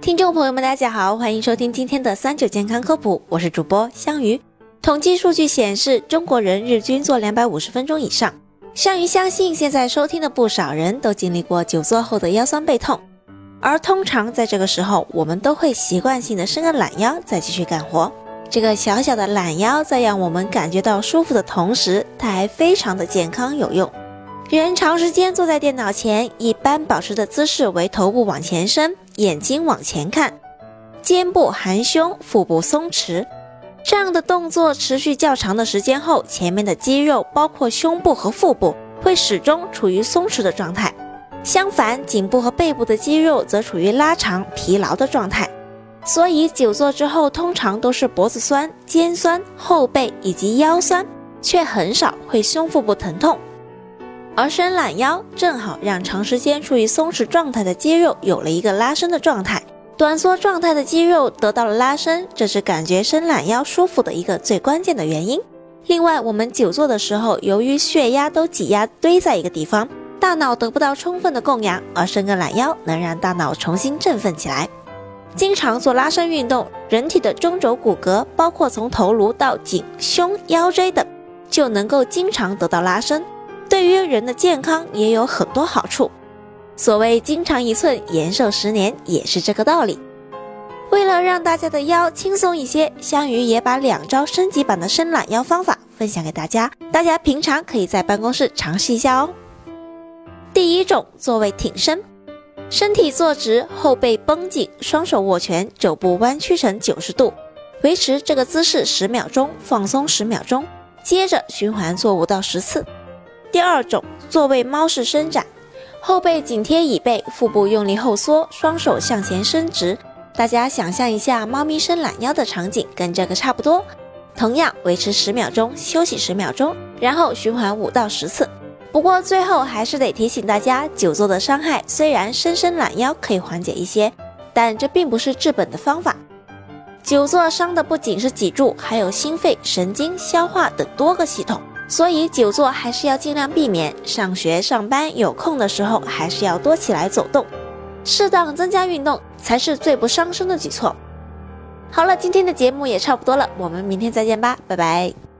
听众朋友们大家好，欢迎收听今天的39健康科普，我是主播香鱼。统计数据显示，中国人日均做250分钟以上。香鱼相信现在收听的不少人都经历过久坐后的腰酸背痛，而通常在这个时候，我们都会习惯性的伸个懒腰再继续干活。这个小小的懒腰在让我们感觉到舒服的同时，它还非常的健康有用。人长时间坐在电脑前，一般保持的姿势为头部往前伸，眼睛往前看，肩部含胸，腹部松弛。这样的动作持续较长的时间后，前面的肌肉包括胸部和腹部会始终处于松弛的状态，相反，颈部和背部的肌肉则处于拉长疲劳的状态。所以久坐之后通常都是脖子酸、肩酸、后背以及腰酸，却很少会胸腹部疼痛。而伸懒腰正好让长时间处于松弛状态的肌肉有了一个拉伸的状态，短缩状态的肌肉得到了拉伸，这是感觉伸懒腰舒服的一个最关键的原因。另外，我们久坐的时候，由于血压都挤压堆在一个地方，大脑得不到充分的供氧，而伸个懒腰能让大脑重新振奋起来。经常做拉伸运动，人体的中轴骨骼包括从头颅到颈、胸、腰椎等，就能够经常得到拉伸，对于人的健康也有很多好处。所谓筋长1寸，延寿10年，也是这个道理。为了让大家的腰轻松一些，香鱼也把2招升级版的伸懒腰方法分享给大家，大家平常可以在办公室尝试一下哦。第一种，坐位挺身，身体坐直，后背绷紧，双手握拳，肘部弯曲成90度，维持这个姿势10秒钟，放松10秒钟，接着循环做5到10次。第二种，坐位猫式伸展，后背紧贴椅背，腹部用力后缩，双手向前伸直。大家想象一下猫咪伸懒腰的场景，跟这个差不多。同样维持10秒钟，休息10秒钟，然后循环5到10次。不过最后还是得提醒大家，久坐的伤害虽然伸懒腰可以缓解一些，但这并不是治本的方法。久坐伤的不仅是脊柱，还有心肺、神经、消化等多个系统。所以久坐还是要尽量避免，上学上班有空的时候还是要多起来走动，适当增加运动才是最不伤身的举措。好了，今天的节目也差不多了，我们明天再见吧，拜拜。